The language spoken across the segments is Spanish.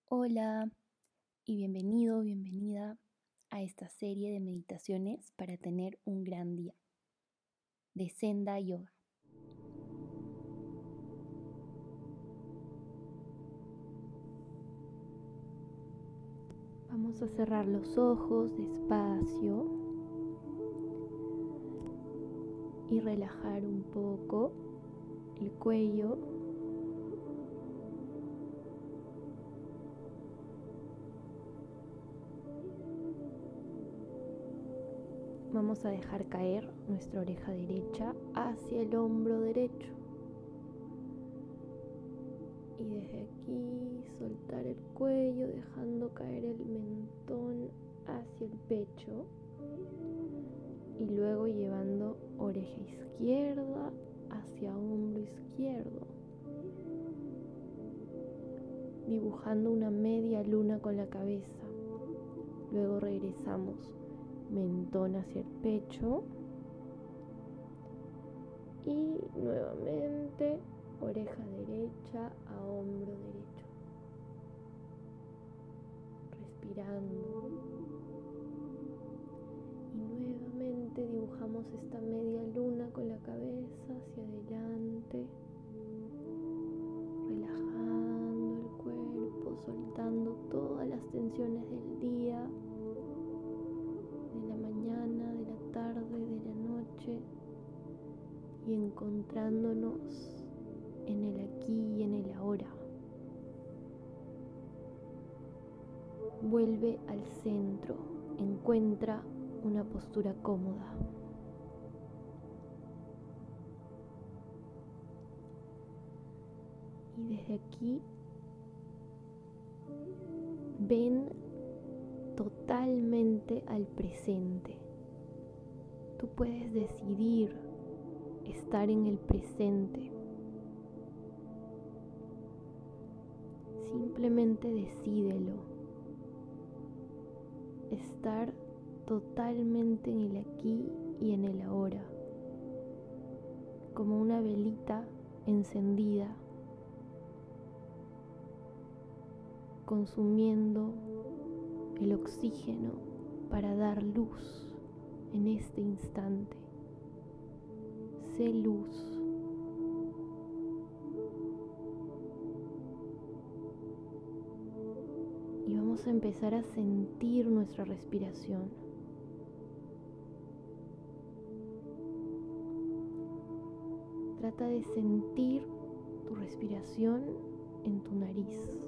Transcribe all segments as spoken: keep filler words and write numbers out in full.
Hola y bienvenido, bienvenida a esta serie de meditaciones para tener un gran día de Senda Yoga. Vamos a cerrar los ojos despacio y relajar un poco el cuello. Vamos a dejar caer nuestra oreja derecha hacia el hombro derecho. Y desde aquí soltar el cuello, dejando caer el mentón hacia el pecho. Y luego llevando oreja izquierda hacia hombro izquierdo. Dibujando una media luna con la cabeza. Luego regresamos mentón hacia el pecho. Y nuevamente oreja derecha a hombro derecho. Respirando. Y nuevamente dibujamos esta media luna con la cabeza hacia adelante. Relajando el cuerpo, soltando todas las tensiones del día, de la mañana, de la tarde, de la noche. Y encontrándonos en el aquí y en el ahora. Vuelve al centro, encuentra una postura cómoda. Y desde aquí ven totalmente al presente. Tú puedes decidir estar en el presente. Simplemente decídelo. Estar totalmente en el aquí y en el ahora. Como una velita encendida, consumiendo el oxígeno para dar luz en este instante. Sé luz. Y vamos a empezar a sentir nuestra respiración. Trata de sentir tu respiración en tu nariz.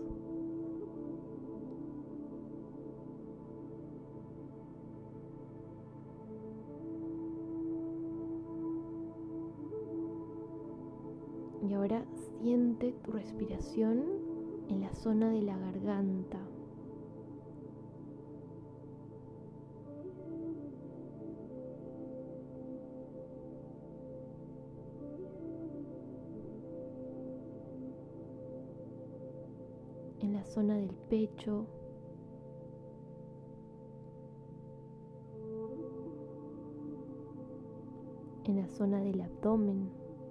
Y ahora siente tu respiración en la zona de la garganta. En la zona del pecho. En la zona del abdomen.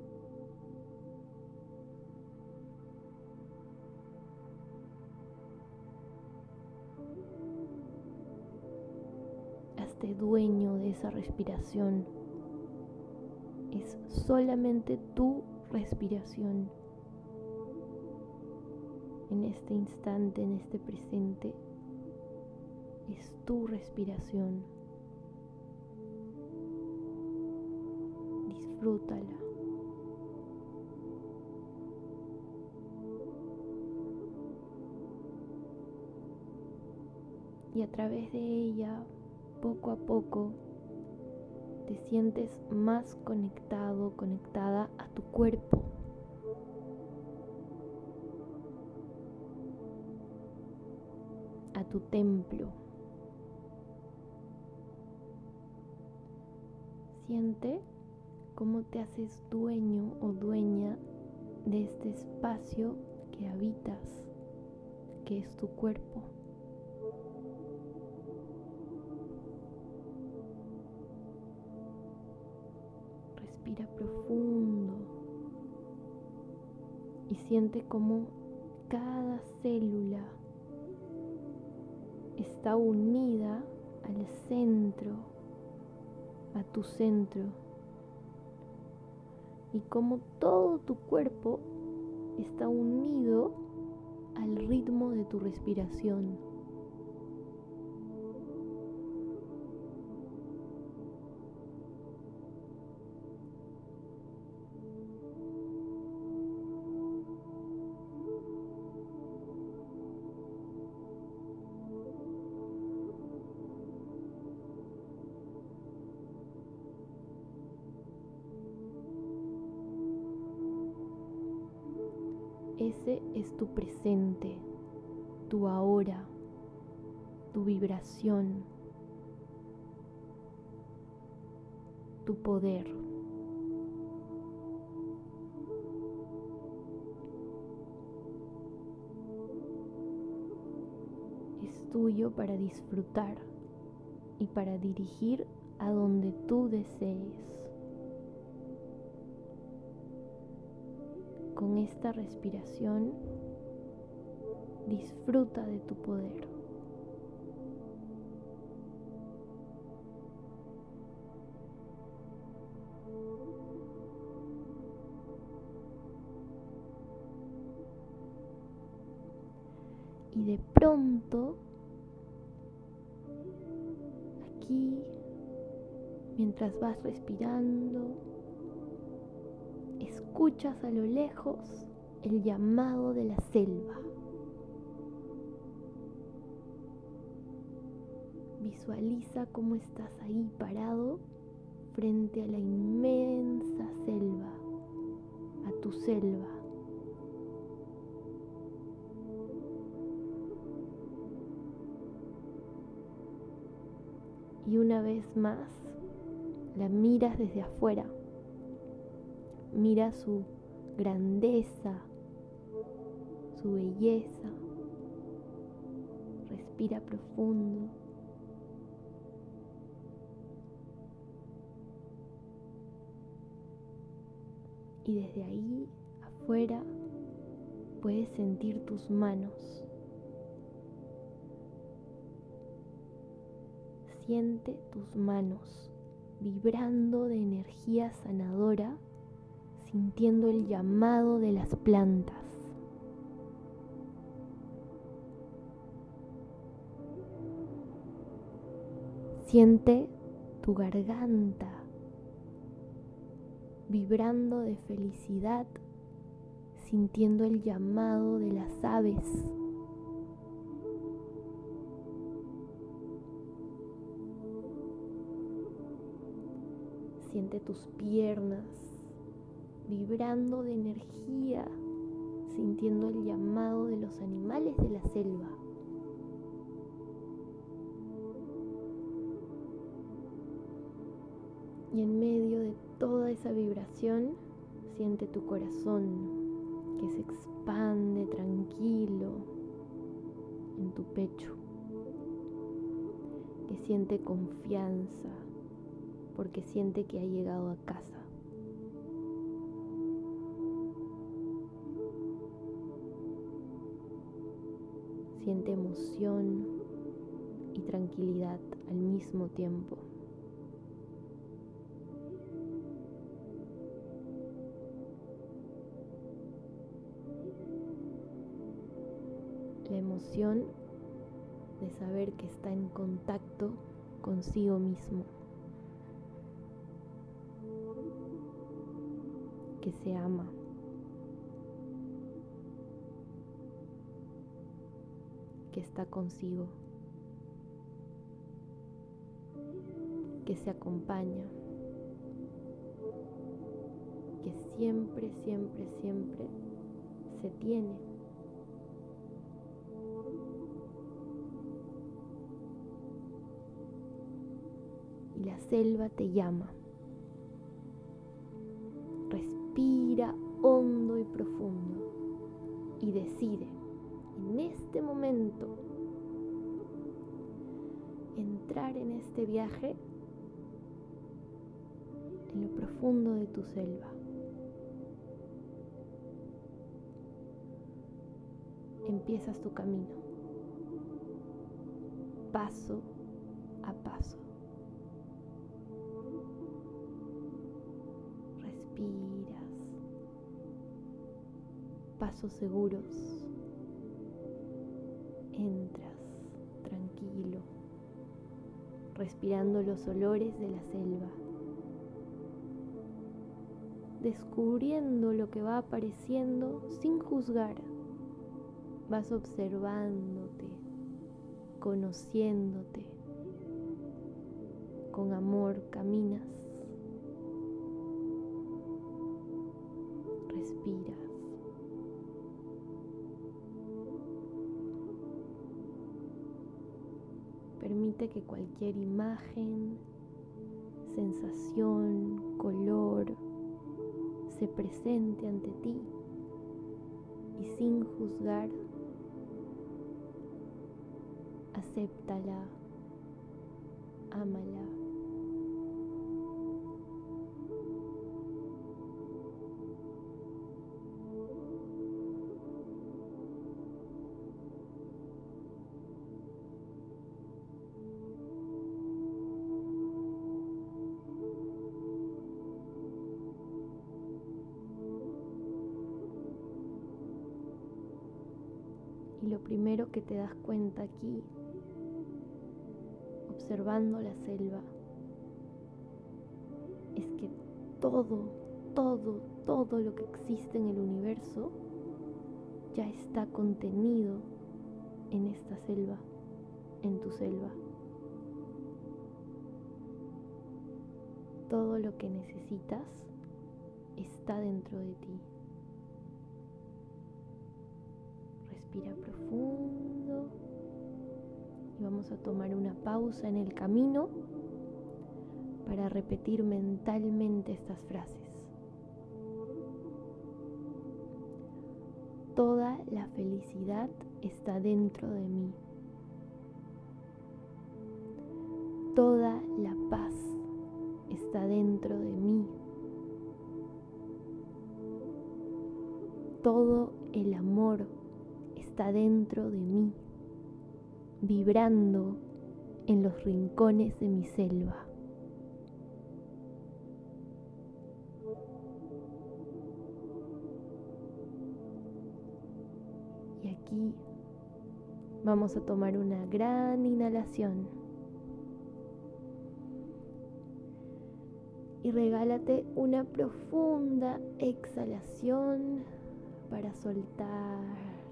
Hazte dueño de esa respiración. Es solamente tu respiración. En este instante, en este presente, es tu respiración. Disfrútala. Y a través de ella, poco a poco, te sientes más conectado, conectada a tu cuerpo. A tu templo. Siente cómo te haces dueño o dueña de este espacio que habitas, que es tu cuerpo. Respira profundo y siente cómo cada célula está unida al centro, a tu centro, y como todo tu cuerpo está unido al ritmo de tu respiración. Ese es tu presente, tu ahora, tu vibración, tu poder. Es tuyo para disfrutar y para dirigir a donde tú desees. Con esta respiración, disfruta de tu poder. Y de pronto, aquí, mientras vas respirando, escuchas a lo lejos el llamado de la selva. Visualiza cómo estás ahí parado frente a la inmensa selva, a tu selva. Y una vez más, la miras desde afuera. Mira su grandeza, su belleza. Respira profundo. Y desde ahí, afuera, puedes sentir tus manos. Siente tus manos vibrando de energía sanadora, sintiendo el llamado de las plantas. Siente tu garganta vibrando de felicidad, sintiendo el llamado de las aves. Siente tus piernas vibrando de energía, sintiendo el llamado de los animales de la selva. Y en medio de toda esa vibración, siente tu corazón que se expande tranquilo en tu pecho, que siente confianza porque siente que ha llegado a casa. Siente emoción y tranquilidad al mismo tiempo. La emoción de saber que está en contacto consigo mismo, que se ama, que está consigo, que se acompaña, que siempre, siempre, siempre se tiene. Y la selva te llama. Respira hondo y profundo y decide en este momento entrar en este viaje en lo profundo de tu selva. Empiezas tu camino. paso a paso. Respiras, pasos seguros, entras tranquilo, respirando los olores de la selva, descubriendo lo que va apareciendo sin juzgar. Vas observándote, conociéndote. Con amor caminas, respiras. Permite que cualquier imagen, sensación, color se presente ante ti y sin juzgar, acéptala, ámala. Y lo primero que te das cuenta aquí, observando la selva, es que todo, todo, todo lo que existe en el universo ya está contenido en esta selva, en tu selva. Todo lo que necesitas está dentro de ti. Respira profundo y vamos a tomar una pausa en el camino para repetir mentalmente estas frases. Toda la felicidad está dentro de mí. Toda la paz está dentro de mí. Todo el amor está dentro de mí, vibrando en los rincones de mi selva. Y aquí vamos a tomar una gran inhalación y regálate una profunda exhalación para soltar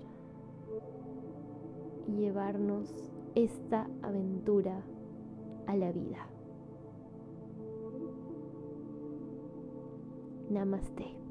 y llevarnos esta aventura a la vida. Namaste.